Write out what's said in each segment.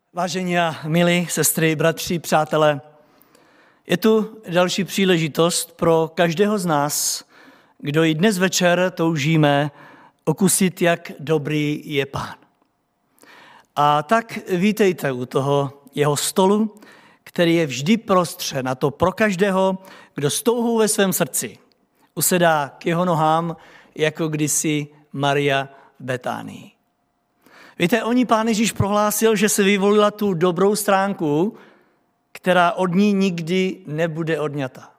Vážení a milí sestry, bratři, přátelé, je tu další příležitost pro každého z nás, kdo i dnes večer toužíme okusit, jak dobrý je Pán. A tak vítejte u toho jeho stolu, který je vždy prostřen, a to pro každého, kdo s touhou ve svém srdci usedá k jeho nohám, jako kdysi Maria v Betánii. Víte, Pán Ježíš prohlásil, že se vyvolila tu dobrou stránku, která od ní nikdy nebude odňata.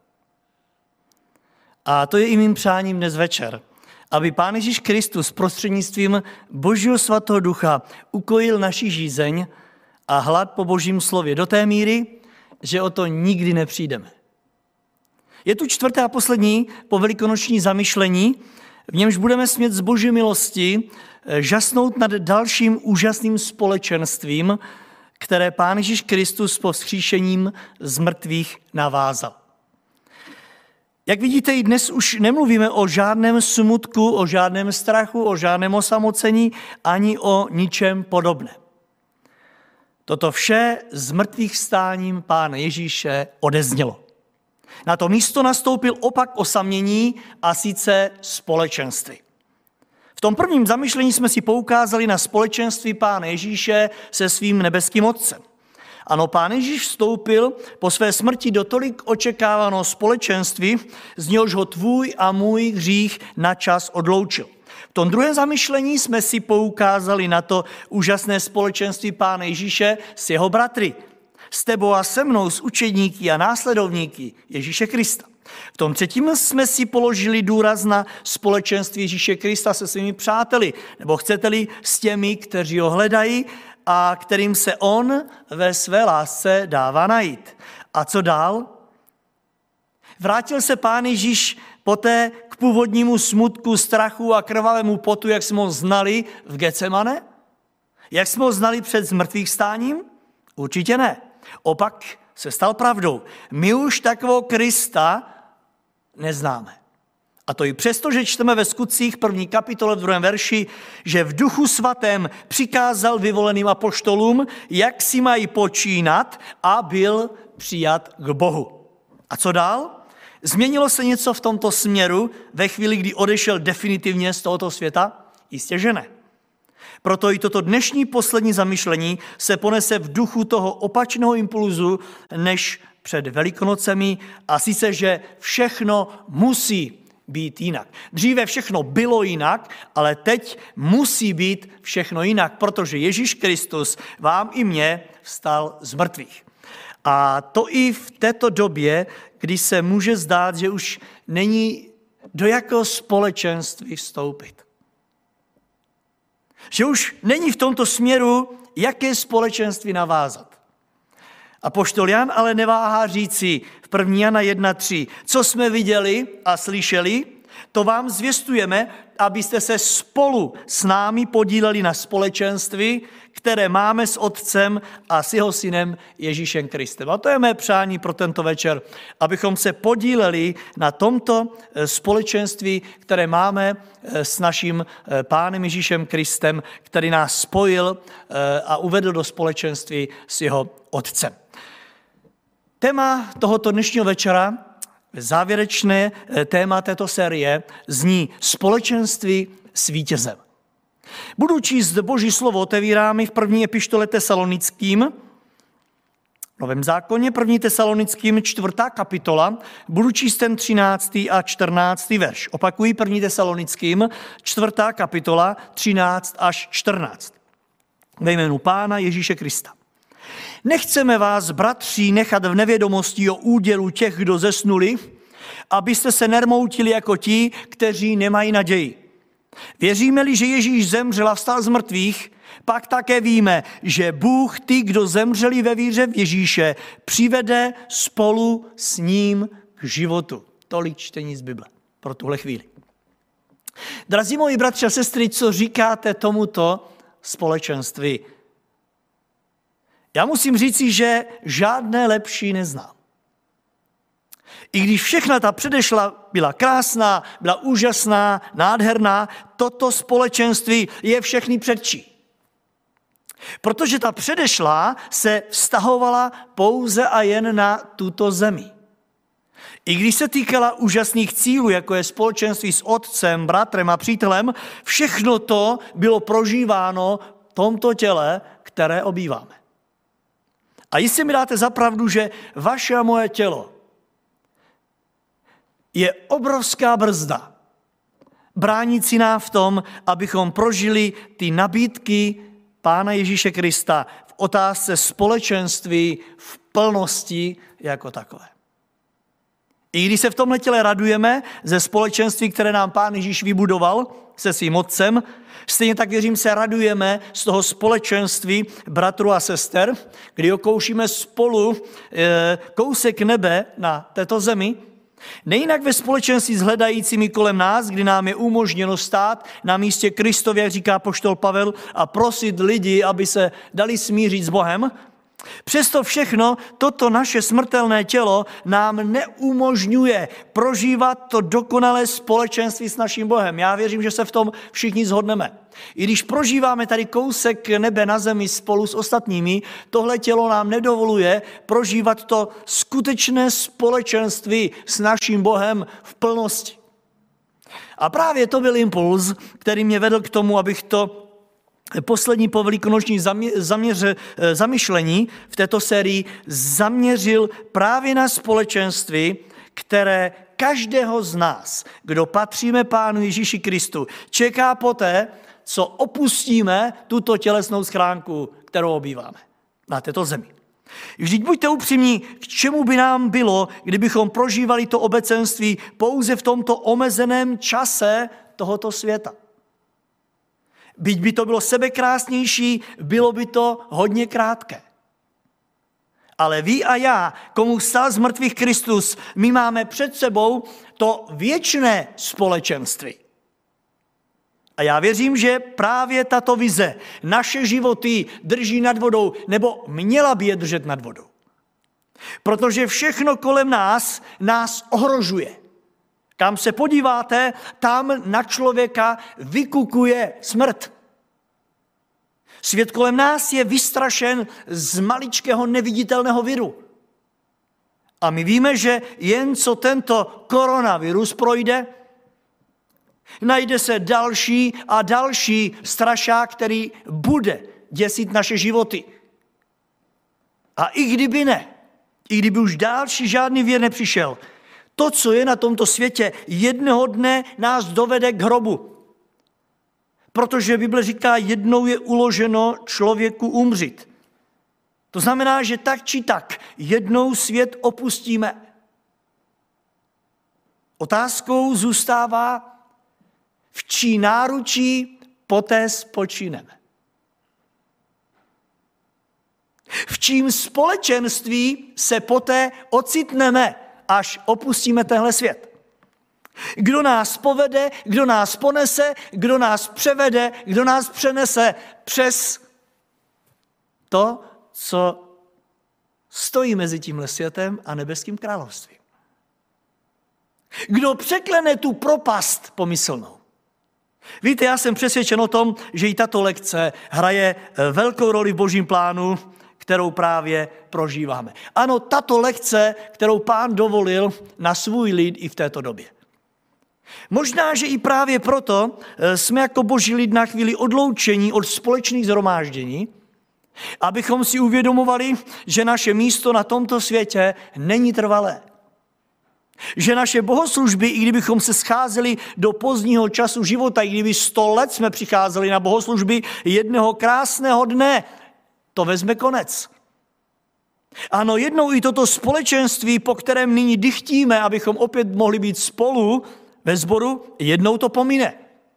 A to je i mým přáním dnes večer, aby Pán Ježíš Kristus prostřednictvím Božího svatého ducha ukojil naši žízeň a hlad po Božím slově do té míry, že o to nikdy nepřijdeme. Je tu čtvrté a poslední povelikonoční zamyšlení, v němž budeme smět z Boží milosti žasnout nad dalším úžasným společenstvím, které Pán Ježíš Kristus po vzkříšením z mrtvých navázal. Jak vidíte, i dnes už nemluvíme o žádném smutku, o žádném strachu, o žádném osamocení, ani o ničem podobném. Toto vše z mrtvých vstáním Pána Ježíše odeznělo. Na to místo nastoupil opak osamění, a sice společenství. V tom prvním zamyšlení jsme si poukázali na společenství Pána Ježíše se svým nebeským Otcem. Ano, Pán Ježíš vstoupil po své smrti do tolik očekávaného společenství, z něhož ho tvůj a můj hřích na čas odloučil. V tom druhém zamyšlení jsme si poukázali na to úžasné společenství Pána Ježíše s jeho bratry, s tebou a se mnou, s učedníky a následovníky Ježíše Krista. V tom třetím jsme si položili důraz na společenství Ježíše Krista se svými přáteli, nebo chcete-li s těmi, kteří ho hledají a kterým se on ve své lásce dává najít. A co dál? Vrátil se Pán Ježíš poté k původnímu smutku, strachu a krvavému potu, jak jsme ho znali v Getsemane? Jak jsme ho znali před zmrtvých stáním? Určitě ne. Opak se stal pravdou. My už takového Krista neznáme. A to i přesto, že čteme ve Skutcích 1. kapitole v 2. verši, že v Duchu svatém přikázal vyvoleným apoštolům, jak si mají počínat, a byl přijat k Bohu. A co dál? Změnilo se něco v tomto směru ve chvíli, kdy odešel definitivně z tohoto světa? Jistě, že ne. Proto i toto dnešní poslední zamyšlení se ponese v duchu toho opačného impulzu než před Velikonocemi, a sice, že všechno musí být jinak. Dříve všechno bylo jinak, ale teď musí být všechno jinak, protože Ježíš Kristus vám i mně vstal z mrtvých. A to i v této době, kdy se může zdát, že už není do jakého společenství vstoupit. Že už není v tomto směru, jaké společenství navázat. Apoštol Jan ale neváhá říci v 1. Jana 1.3, co jsme viděli a slyšeli, to vám zvěstujeme, abyste se spolu s námi podíleli na společenství, které máme s Otcem a s jeho synem Ježíšem Kristem. A to je mé přání pro tento večer, abychom se podíleli na tomto společenství, které máme s naším Pánem Ježíšem Kristem, který nás spojil a uvedl do společenství s jeho Otcem. Téma tohoto dnešního večera, závěrečné téma této série, zní společenství s vítězem. Budu číst Boží slovo, otevíráme v 1. epištole Tesalonickým, v Novém zákoně, 1. Tesalonickým, 4. kapitola, budu číst ten 13. a 14. verš. Opakuji, 1. Tesalonickým, 4. kapitola, 13 až 14. Ve jménu Pána Ježíše Krista. Nechceme vás, bratři, nechat v nevědomosti o údělu těch, kdo zesnuli, abyste se nermoutili jako ti, kteří nemají naději. Věříme-li, že Ježíš zemřel a vstal z mrtvých, pak také víme, že Bůh ty, kdo zemřeli ve víře v Ježíše, přivede spolu s ním k životu. Tolik čtení z Bible pro tuhle chvíli. Drazí moji bratři a sestry, co říkáte tomuto společenství? Já musím říci, že žádné lepší neznám. I když všechna ta předešla byla krásná, byla úžasná, nádherná, toto společenství je všechny předčí. Protože ta předešlá se vztahovala pouze a jen na tuto zemi. I když se týkala úžasných cílů, jako je společenství s otcem, bratrem a přítelem, všechno to bylo prožíváno v tomto těle, které obýváme. A jistě mi dáte za pravdu, že vaše a moje tělo je obrovská brzda, bránící nám v tom, abychom prožili ty nabídky Pána Ježíše Krista v otázce společenství v plnosti jako takové. I když se v tomhle těle radujeme ze společenství, které nám Pán Ježíš vybudoval se svým otcem, stejně tak, věřím, se radujeme z toho společenství bratru a sester, kdy okoušíme spolu kousek nebe na této zemi, nejinak ve společenství s hledajícími kolem nás, kdy nám je umožněno stát na místě Kristově, jak říká apoštol Pavel, a prosit lidi, aby se dali smířit s Bohem. Přesto všechno toto naše smrtelné tělo nám neumožňuje prožívat to dokonalé společenství s naším Bohem. Já věřím, že se v tom všichni shodneme. I když prožíváme tady kousek nebe na zemi spolu s ostatními, tohle tělo nám nedovoluje prožívat to skutečné společenství s naším Bohem v plnosti. A právě to byl impuls, který mě vedl k tomu, abych to poslední povelikonoční zamyšlení v této sérii zaměřil právě na společenství, které každého z nás, kdo patříme Pánu Ježíši Kristu, čeká poté, co opustíme tuto tělesnou schránku, kterou obýváme na této zemi. Vždyť buďte upřímní, k čemu by nám bylo, kdybychom prožívali to obecenství pouze v tomto omezeném čase tohoto světa. Byť by to bylo sebekrásnější, bylo by to hodně krátké. Ale vy a já, komu vstal z mrtvých Kristus, my máme před sebou to věčné společenství. A já věřím, že právě tato vize naše životy drží nad vodou, nebo měla by je držet nad vodou. Protože všechno kolem nás ohrožuje. Kam se podíváte, tam na člověka vykukuje smrt. Svět kolem nás je vystrašen z maličkého neviditelného viru. A my víme, že jen co tento koronavirus projde, najde se další a další strašák, který bude děsit naše životy. A i kdyby už další žádný vir nepřišel, to, co je na tomto světě, jednoho dne nás dovede k hrobu. Protože Bible říká, jednou je uloženo člověku umřít. To znamená, že tak či tak jednou svět opustíme. Otázkou zůstává, v čí náručí poté spočineme. V čím společenství se poté ocitneme, až opustíme tenhle svět. Kdo nás povede, kdo nás ponese, kdo nás převede, kdo nás přenese přes to, co stojí mezi tímhle světem a nebeským královstvím. Kdo překlene tu propast pomyslnou. Víte, já jsem přesvědčen o tom, že i tato lekce hraje velkou roli v Božím plánu, kterou právě prožíváme. Ano, tato lekce, kterou Pán dovolil na svůj lid i v této době. Možná, že i právě proto jsme jako Boží lid na chvíli odloučení od společných shromáždění, abychom si uvědomovali, že naše místo na tomto světě není trvalé. Že naše bohoslužby, i kdybychom se scházeli do pozdního času života, i kdyby 100 let jsme přicházeli na bohoslužby, jednoho krásného dne to vezme konec. Ano, jednou i toto společenství, po kterém nyní dychtíme, abychom opět mohli být spolu ve sboru, jednou to pomine.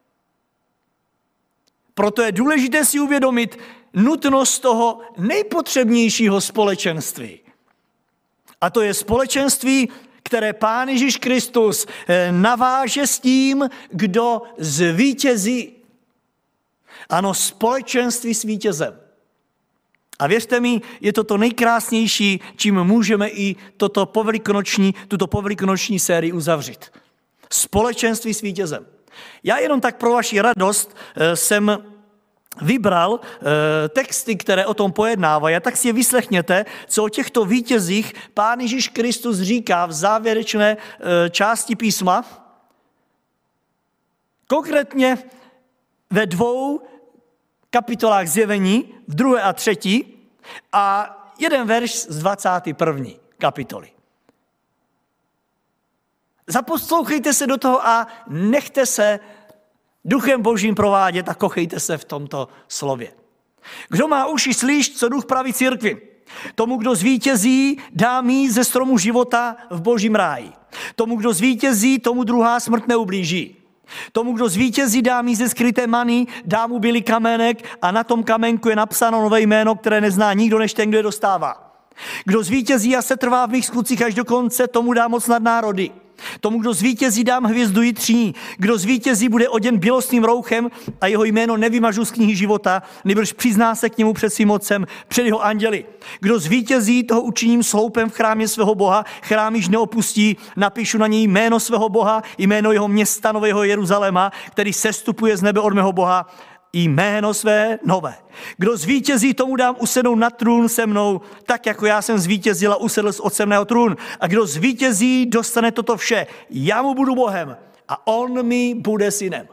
Proto je důležité si uvědomit nutnost toho nejpotřebnějšího společenství. A to je společenství, které Pán Ježíš Kristus naváže s tím, kdo zvítězí. Ano, společenství s vítězem. A věřte mi, je to to nejkrásnější, čím můžeme i tuto povelikonoční sérii uzavřít. Společenství s vítězem. Já jenom tak pro vaši radost jsem vybral texty, které o tom pojednávají, a tak si je vyslechněte, co o těchto vítězích Pán Ježíš Kristus říká v závěrečné části písma. Konkrétně ve 2 kapitolách Zjevení, v 2. a 3. a jeden verš z 21. kapitoly. Zaposlouchejte se do toho a nechte se Duchem Božím provádět a kochejte se v tomto slově. Kdo má uši, slyš, co Duch praví církvi. Tomu, kdo zvítězí, dá míst ze stromu života v Božím ráji. Tomu, kdo zvítězí, tomu druhá smrt neublíží. Tomu, kdo zvítězí, dá míst ze skryté many, dá mu bílý kamenek a na tom kamenku je napsáno nové jméno, které nezná nikdo než ten, kdo je dostává. Kdo zvítězí a se trvá v mých skutcích až do konce, tomu dá moc nad národy. Tomu, kdo zvítězí, dám hvězdu jitřní. Kdo zvítězí, bude oděn bělostným rouchem a jeho jméno nevymažu z knihy života, nýbrž přizná se k němu před svým mocem, před jeho anděli. Kdo zvítězí, toho učiním sloupem v chrámě svého Boha, chrám již neopustí, napíšu na něj jméno svého Boha, jméno jeho města nového Jeruzaléma, který sestupuje z nebe od mého Boha, jméno své nové. Kdo zvítězí, tomu dám usednout na trůn se mnou, tak jako já jsem zvítězil a usedl z otcem na jeho trůn. A kdo zvítězí, dostane toto vše. Já mu budu Bohem a on mi bude synem.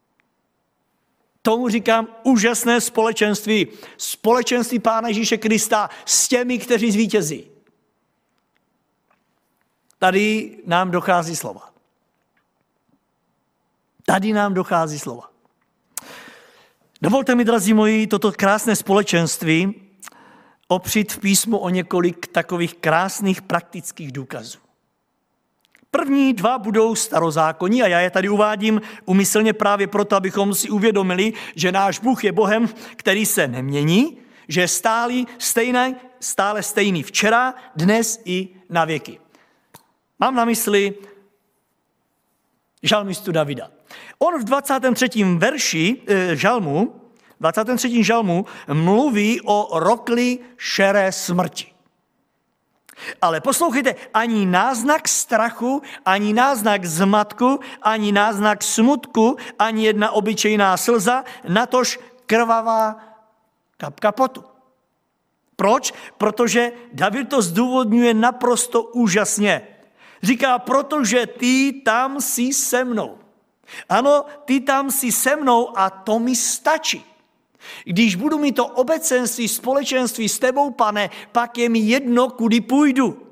Tomu říkám úžasné společenství. Společenství Pána Ježíše Krista s těmi, kteří zvítězí. Tady nám dochází slova. Tady nám dochází slova. Dovolte mi, drazí moji, toto krásné společenství opřít v písmu o několik takových krásných praktických důkazů. První 2 budou starozákonní a já je tady uvádím umyslně právě proto, abychom si uvědomili, že náš Bůh je Bohem, který se nemění, že je stále stejný včera, dnes i na věky. Mám na mysli žalmistu Davida. On v 23. verši žalmu, 23. žalmu mluví o rokli šeré smrti. Ale poslouchejte, ani náznak strachu, ani náznak zmatku, ani náznak smutku, ani jedna obyčejná slza, natož krvavá kapka potu. Proč? Protože David to zdůvodňuje naprosto úžasně. Říká, protože ty tam jsi se mnou. Ano, ty tam jsi se mnou a to mi stačí. Když budu mít to obecenství, společenství s tebou, Pane, pak je mi jedno, kudy půjdu.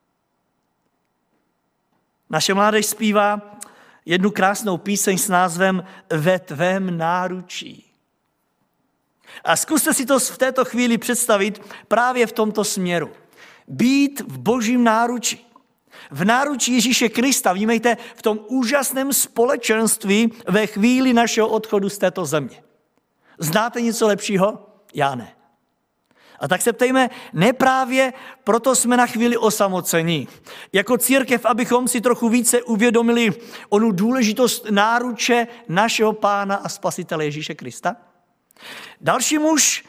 Naše mládež zpívá jednu krásnou píseň s názvem Ve tvém náručí. A zkuste si to v této chvíli představit právě v tomto směru. Být v Božím náručí. V náručí Ježíše Krista, vnímejte, v tom úžasném společenství ve chvíli našeho odchodu z této země. Znáte něco lepšího? Já ne. A tak se ptejme, ne právě proto jsme na chvíli osamocení. Jako církev, abychom si trochu více uvědomili onu důležitost náruče našeho Pána a Spasitele Ježíše Krista. Další muž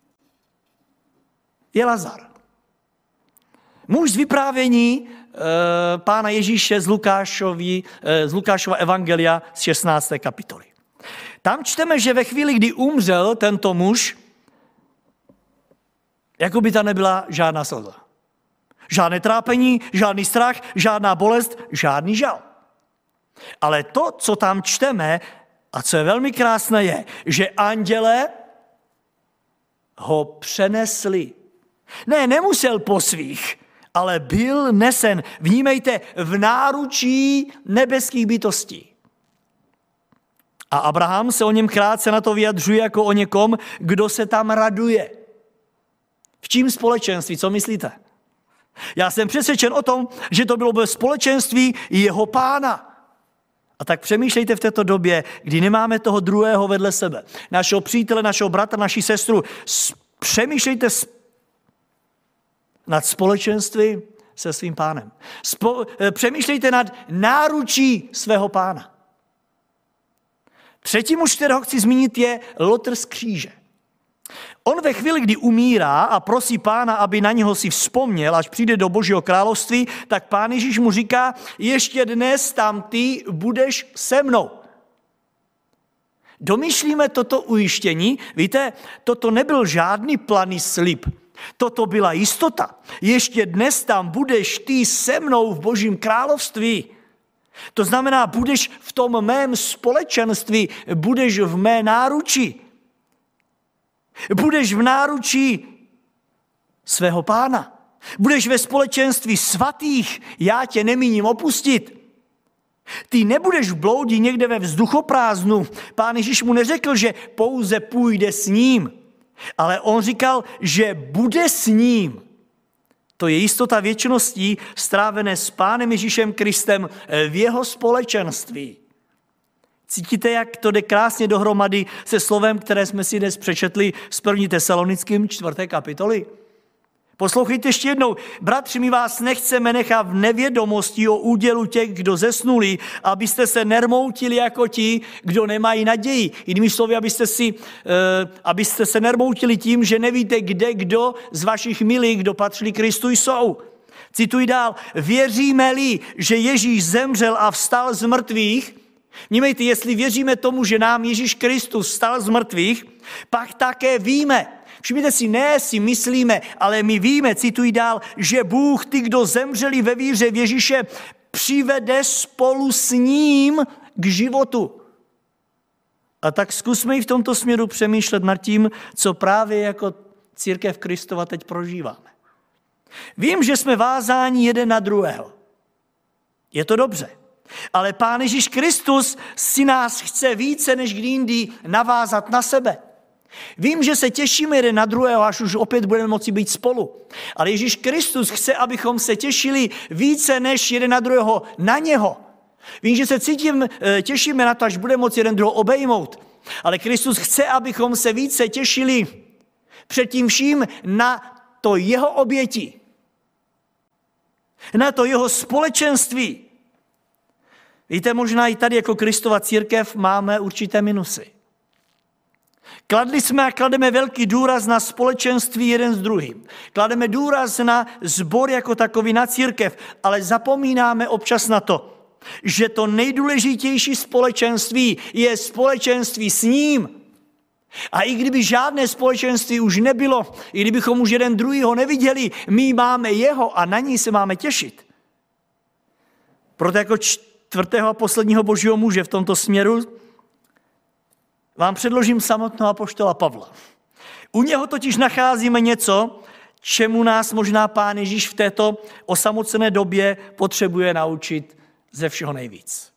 je Lazar. Muž z vyprávění Pána Ježíše z Lukášova evangelia z 16. kapitoly. Tam čteme, že ve chvíli, kdy umřel tento muž, jako by tam nebyla žádná slza. Žádné trápení, žádný strach, žádná bolest, žádný žal. Ale to, co tam čteme, a co je velmi krásné, je, že anděle ho přenesli. Ne, nemusel po svých, ale byl nesen, vnímejte, v náručí nebeských bytostí. A Abraham se o něm krátce na to vyjadřuje jako o někom, kdo se tam raduje. V čím společenství, co myslíte? Já jsem přesvědčen o tom, že to bylo ve společenství jeho Pána. A tak přemýšlejte v této době, kdy nemáme toho druhého vedle sebe. Našeho přítele, našeho bratra, naši sestru. Přemýšlejte nad společenství se svým Pánem. Přemýšlejte nad náručí svého Pána. Třetí muž, kterého chci zmínit, je Lotr z kříže. On ve chvíli, kdy umírá a prosí Pána, aby na něho si vzpomněl, až přijde do Božího království, tak Pán Ježíš mu říká, ještě dnes tam ty budeš se mnou. Domýšlíme toto ujištění? Víte, toto nebyl žádný planý slib. Toto byla jistota. Ještě dnes tam budeš ty se mnou v Božím království. To znamená, budeš v tom mém společenství, budeš v mé náruči. Budeš v náručí svého Pána. Budeš ve společenství svatých, já tě nemíním opustit. Ty nebudeš v bloudi někde ve vzduchoprázdnu. Pán Ježíš mu neřekl, že pouze půjde s ním, ale on říkal, že bude s ním. To je jistota věčností strávené s Pánem Ježíšem Kristem v jeho společenství. Cítíte, jak to jde krásně dohromady se slovem, které jsme si dnes přečetli z 1. Tesalonickým 4. kapitoly? Poslouchejte ještě jednou. Bratři, my vás nechceme nechat v nevědomosti o údělu těch, kdo zesnuli, abyste se nermoutili jako ti, kdo nemají naději. Jinými slovy, abyste se nermoutili tím, že nevíte, kde kdo z vašich milých, kdo patřili Kristu, jsou. Cituji dál. Věříme-li, že Ježíš zemřel a vstal z mrtvých, vnímejte, jestli věříme tomu, že nám Ježíš Kristus vstal z mrtvých, pak také víme. Všimněte si, ne si myslíme, ale my víme, cituji dál, že Bůh ty, kdo zemřeli ve víře v Ježíše, přivede spolu s ním k životu. A tak zkusme i v tomto směru přemýšlet nad tím, co právě jako církev Kristova teď prožíváme. Vím, že jsme vázáni jeden na druhého. Je to dobře. Ale Pán Ježíš Kristus si nás chce více než kdy jindy navázat na sebe. Vím, že se těšíme jeden na druhého, až už opět budeme moci být spolu. Ale Ježíš Kristus chce, abychom se těšili více než jeden na druhého na něho. Vím, že se těšíme na to, až budeme moci jeden druhého obejmout. Ale Kristus chce, abychom se více těšili předtím vším na to jeho oběti. Na to jeho společenství. Víte, možná i tady jako Kristova církev máme určité minusy. Kladli jsme a klademe velký důraz na společenství jeden s druhým. Klademe důraz na sbor jako takový, na církev, ale zapomínáme občas na to, že to nejdůležitější společenství je společenství s ním. A i kdyby žádné společenství už nebylo, i kdybychom už jeden druhýho neviděli, my máme jeho a na něj se máme těšit. Proto jako čtvrtého a posledního božího muže v tomto směru vám předložím samotného apoštola Pavla. U něho totiž nacházíme něco, čemu nás možná Pán Ježíš v této osamocené době potřebuje naučit ze všeho nejvíc.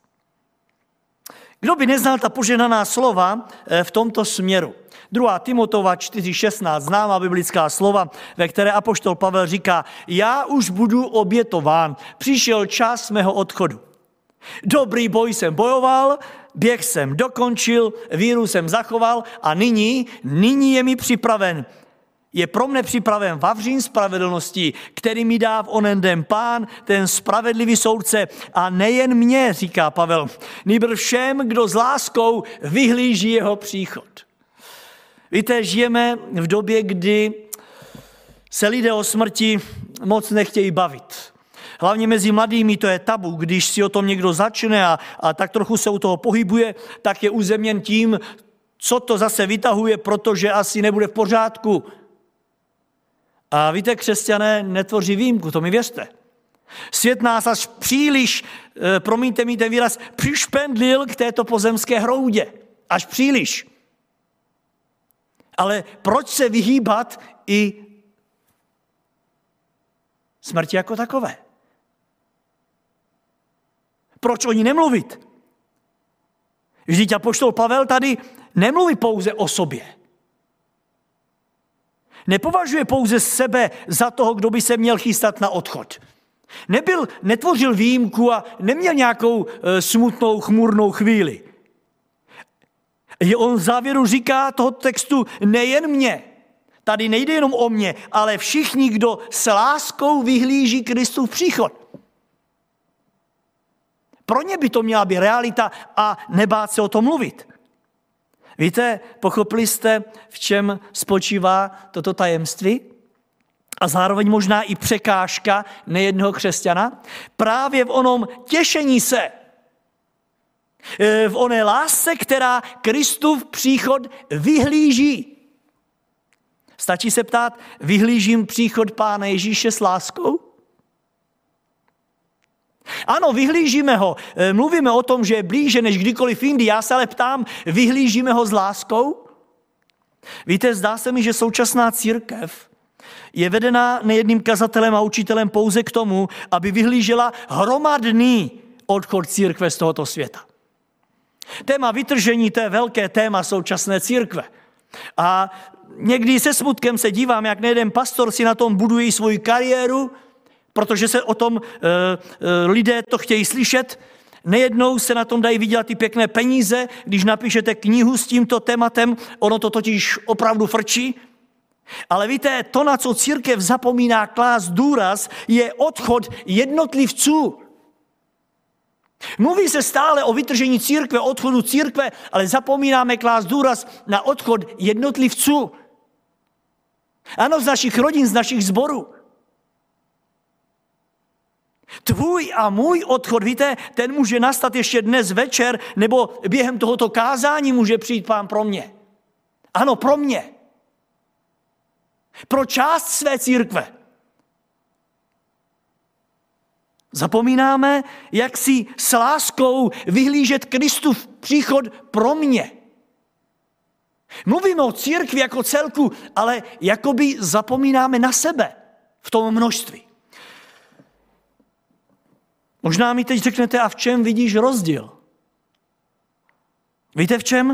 Kdo by neznal ta požehnaná slova v tomto směru? 2. Timotova 4.16, známá biblická slova, ve které apoštol Pavel říká, já už budu obětován, přišel čas mého odchodu. Dobrý boj jsem bojoval, běh jsem dokončil, víru jsem zachoval a nyní je mi připraven. Je pro mne připraven vavřín spravedlnosti, který mi dá v onen den Pán, ten spravedlivý soudce. A nejen mě, říká Pavel, nýbrž všem, kdo s láskou vyhlíží jeho příchod. Víte, žijeme v době, kdy se lidé o smrti moc nechtějí bavit. Hlavně mezi mladými to je tabu, když si o tom někdo začne a tak trochu se u toho pohybuje, tak je uzemněn tím, co to zase vytahuje, protože asi nebude v pořádku. A víte, křesťané netvoří výjimku, to mi věřte. Svět nás až příliš, promiňte mi ten výraz, přišpendlil k této pozemské hroudě. Až příliš. Ale proč se vyhýbat i smrti jako takové? Proč o ní nemluvit? Vždyť apoštol Pavel tady nemluví pouze o sobě. Nepovažuje pouze sebe za toho, kdo by se měl chystat na odchod. Netvořil výjimku a neměl nějakou smutnou, chmurnou chvíli. On v závěru říká toho textu nejen mě. Tady nejde jenom o mě, ale všichni, kdo s láskou vyhlíží Kristův příchod. Pro ně by to měla být realita a nebát se o tom mluvit. Víte, pochopili jste, v čem spočívá toto tajemství? A zároveň možná i překážka nejednoho křesťana? Právě v onom těšení se. V oné lásce, která Kristův příchod vyhlíží. Stačí se ptát, vyhlížím příchod Pána Ježíše s láskou? Ano, vyhlížíme ho. Mluvíme o tom, že je blíže než kdykoliv jindy. Já se ale ptám, vyhlížíme ho s láskou? Víte, zdá se mi, že současná církev je vedena nejedným kazatelem a učitelem pouze k tomu, aby vyhlížela hromadný odchod církve z tohoto světa. Téma vytržení, to je velké téma současné církve. A někdy se smutkem se dívám, jak nejeden pastor si na tom buduje svoji kariéru, protože se o tom lidé to chtějí slyšet. Nejednou se na tom dají vydělat ty pěkné peníze, když napíšete knihu s tímto tématem, ono to totiž opravdu frčí. Ale víte, to, na co církev zapomíná klást důraz, je odchod jednotlivců. Mluví se stále o vytržení církve, odchodu církve, ale zapomínáme klást důraz na odchod jednotlivců. Ano, z našich rodin, z našich sborů. Tvůj a můj odchod, víte, ten může nastat ještě dnes večer, nebo během tohoto kázání může přijít Pán pro mě. Ano, pro mě. Pro část své církve. Zapomínáme, jak si s láskou vyhlížet Kristův příchod pro mě. Mluvíme o církvi jako celku, ale jakoby zapomínáme na sebe v tom množství. Možná mi teď řeknete, a v čem vidíš rozdíl? Víte v čem?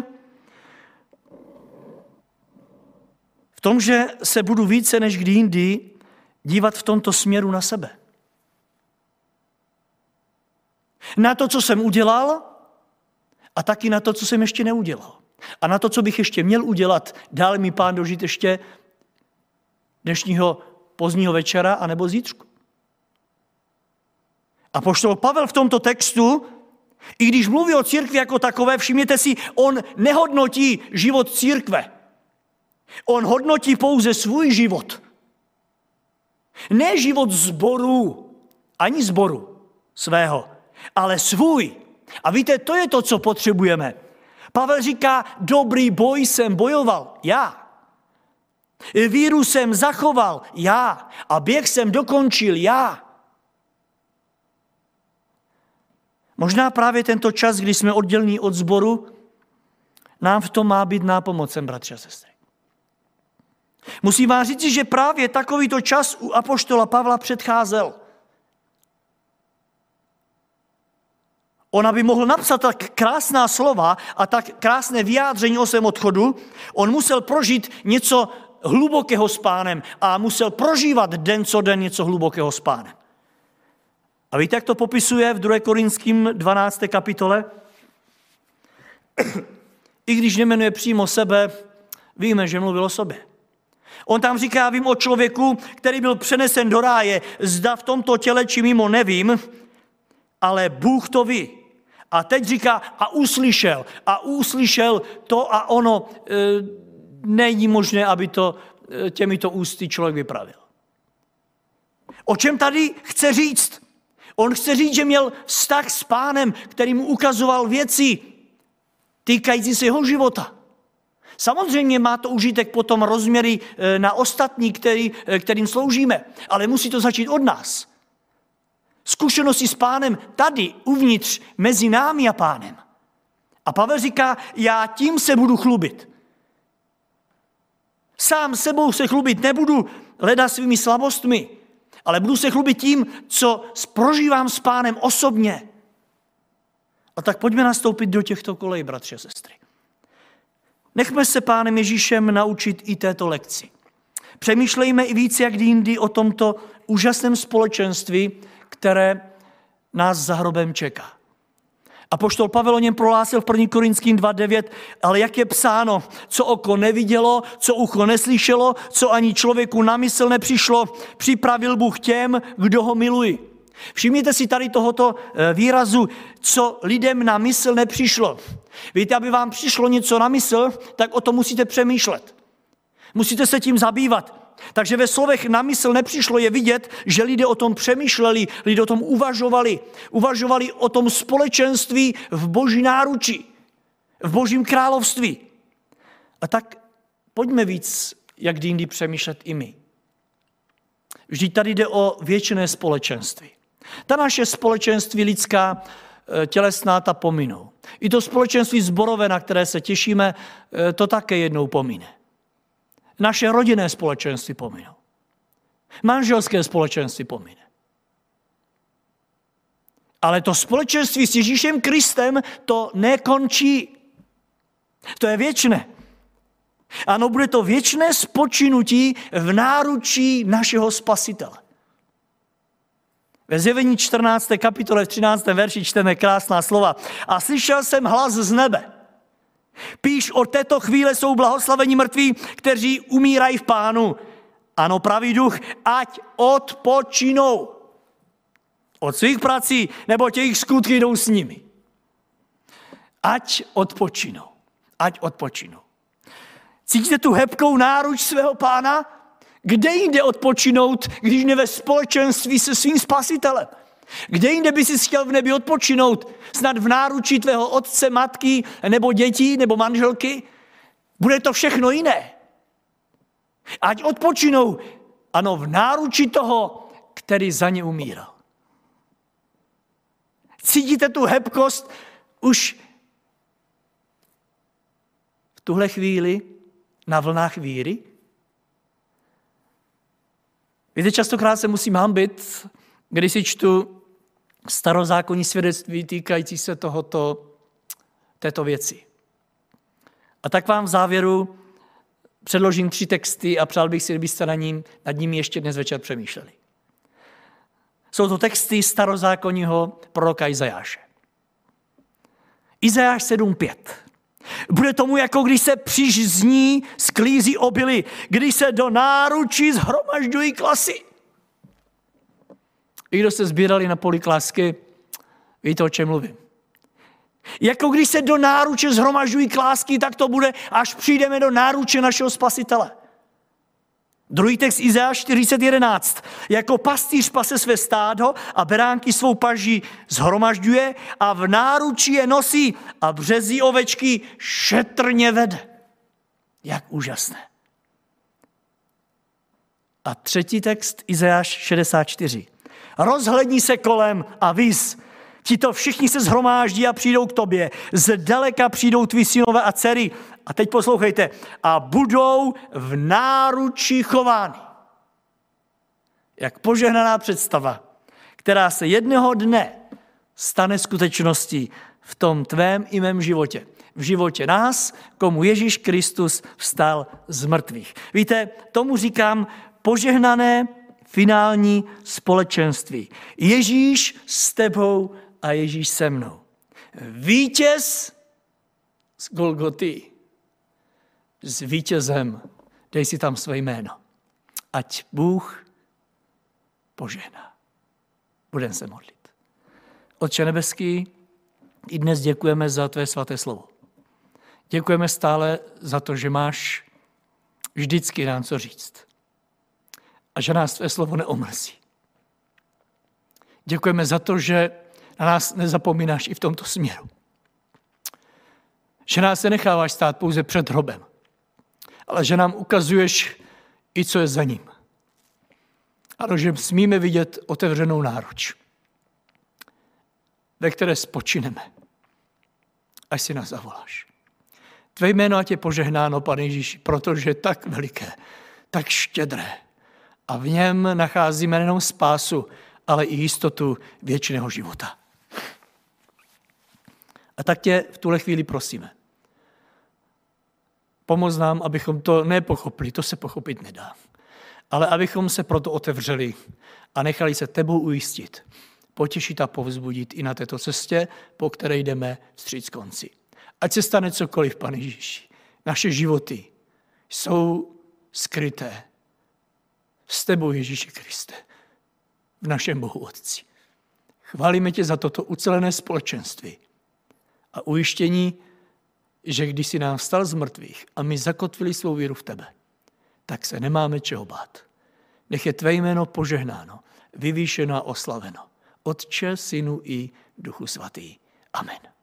V tom, že se budu více než kdy jindy dívat v tomto směru na sebe. Na to, co jsem udělal, a taky na to, co jsem ještě neudělal. A na to, co bych ještě měl udělat, dál mi Pán dožít ještě dnešního pozdního večera anebo zítřku. Apoštol Pavel v tomto textu, i když mluví o církvi jako takové, všimněte si, on nehodnotí život církve. On hodnotí pouze svůj život. Ne život sboru, ani sboru svého, ale svůj. A víte, to je to, co potřebujeme. Pavel říká, dobrý boj jsem bojoval, já. Víru jsem zachoval, já. A běh jsem dokončil, já. Možná právě tento čas, kdy jsme oddělení od sboru, nám v tom má být nápomocem, bratři a sestry. Musím vám říct, že právě takovýto čas u apoštola Pavla předcházel. On, aby mohl napsat tak krásná slova a tak krásné vyjádření o svém odchodu, on musel prožít něco hlubokého s Pánem a musel prožívat den co den něco hlubokého s Pánem. A víte, jak to popisuje v 2. Korinským 12. kapitole? I když nemenuje přímo sebe, víme, že mluvil o sobě. On tam říká, vím o člověku, který byl přenesen do ráje, zda v tomto těle či mimo, nevím, ale Bůh to ví. A teď říká, a uslyšel to a ono, není možné, aby to těmito ústy člověk vypravil. O čem tady chce říct? On chce říct, že měl vztah s Pánem, který mu ukazoval věci týkající se jeho života. Samozřejmě má to užitek potom rozměry na ostatní, kterým sloužíme, ale musí to začít od nás. Zkušenosti s Pánem tady, uvnitř, mezi námi a Pánem. A Pavel říká, já tím se budu chlubit. Sám sebou se chlubit nebudu, leda svými slabostmi, ale budu se chlubit tím, co prožívám s Pánem osobně. A tak pojďme nastoupit do těchto kolejí, bratři a sestry. Nechme se Pánem Ježíšem naučit i této lekci. Přemýšlejme i víc jak jindy o tomto úžasném společenství, které nás za hrobem čeká. Apoštol Pavel o něm prohlásil v 1. Korinským 2.9, ale jak je psáno, co oko nevidělo, co ucho neslyšelo, co ani člověku na mysl nepřišlo, připravil Bůh těm, kdo ho milují. Všimněte si tady tohoto výrazu, co lidem na mysl nepřišlo. Víte, aby vám přišlo něco na mysl, tak o tom musíte přemýšlet. Musíte se tím zabývat. Takže ve slovech na mysl nepřišlo je vidět, že lidé o tom přemýšleli, lidé o tom uvažovali o tom společenství v Boží náručí, v Božím království. A tak pojďme víc, jak jindy přemýšlet i my. Vždyť tady jde o věčné společenství. Ta naše společenství lidská, tělesná, ta pominou. I to společenství sborové, na které se těšíme, to také jednou pomine. Naše rodinné společenství pominou. Manželské společenství pomine. Ale to společenství s Ježíšem Kristem to nekončí. To je věčné. Ano, bude to věčné spočinutí v náručí našeho Spasitele. Ve Zjevení 14. kapitole v 13. verši čteme krásná slova. A slyšel jsem hlas z nebe. Píš, od této chvíle jsou blahoslavení mrtví, kteří umírají v Pánu. Ano, pravý duch, ať odpočinou od svých prací, nebo jejich skutky jdou s nimi. Ať odpočinou. Ať odpočinou. Cítíte tu hebkou náruč svého Pána? Kde jinde odpočinout, když ne ve společenství se svým Spasitelem? Kde jinde by si chtěl v nebi odpočinout? Snad v náručí tvého otce, matky, nebo dětí, nebo manželky? Bude to všechno jiné. Ať odpočinou, ano, v náručí toho, který za ně umíral. Cítíte tu hebkost už v tuhle chvíli na vlnách víry? Víte, častokrát se musím hanbit, když si čtu starozákonní svědectví týkající se této věci. A tak vám v závěru předložím 3 texty a přál bych si, kdybyste nad nimi ještě dnes večer přemýšleli. Jsou to texty starozákonního proroka Izajáše. Izajáš 7:5. Bude tomu, jako když se přižzní sklízí obily, když se do náručí shromažďují klasy. I kdo se sbírali na poli klásky, víte, o čem mluvím. Jako když se do náruče shromažďují klásky, tak to bude, až přijdeme do náruče našeho Spasitele. Druhý text Izajáš 40:11. Jako pastýř pase své stádo a beránky svou paží shromažďuje a v náručí je nosí a březí ovečky šetrně vede. Jak úžasné. A třetí text Izajáš 64. Rozhledni se kolem a viz. Tito všichni se shromáždí a přijdou k tobě. Zdaleka přijdou tví synové a dcery. A teď poslouchejte. A budou v náručí chovány. Jak požehnaná představa, která se jednoho dne stane skutečností v tom tvém i mém životě. V životě nás, komu Ježíš Kristus vstal z mrtvých. Víte, tomu říkám požehnané finální společenství. Ježíš s tebou a Ježíš se mnou. Vítěz z Golgoty. S vítězem. Dej si tam své jméno. Ať Bůh požehná. Budeme se modlit. Otče nebeský, i dnes děkujeme za tvé svaté slovo. Děkujeme stále za to, že máš vždycky nám co říct. A že nás tvé slovo neomrzí. Děkujeme za to, že na nás nezapomínáš i v tomto směru. Že nás nenecháváš stát pouze před hrobem, ale že nám ukazuješ i co je za ním. Ano, že smíme vidět otevřenou náruč, ve které spočineme, až si nás zavoláš. Tvé jméno ať je požehnáno, Pane Ježíši, protože je tak veliké, tak štědré. A v něm nacházíme nejenom spásu, ale i jistotu věčného života. A tak tě v tuhle chvíli prosíme. Pomoz nám, abychom to nepochopili, to se pochopit nedá. Ale abychom se proto otevřeli a nechali se tebou ujistit, potěšit a povzbudit i na této cestě, po které jdeme vstříc konci. Ať se stane cokoliv, Pane Ježíši. Naše životy jsou skryté s tebou, Ježíši Kriste, v našem Bohu Otci. Chválíme tě za toto ucelené společenství a ujištění, že když jsi nám vstal z mrtvých a my zakotvili svou víru v tebe, tak se nemáme čeho bát. Nech je tvé jméno požehnáno, vyvýšeno a oslaveno. Otče, Synu i Duchu Svatý. Amen.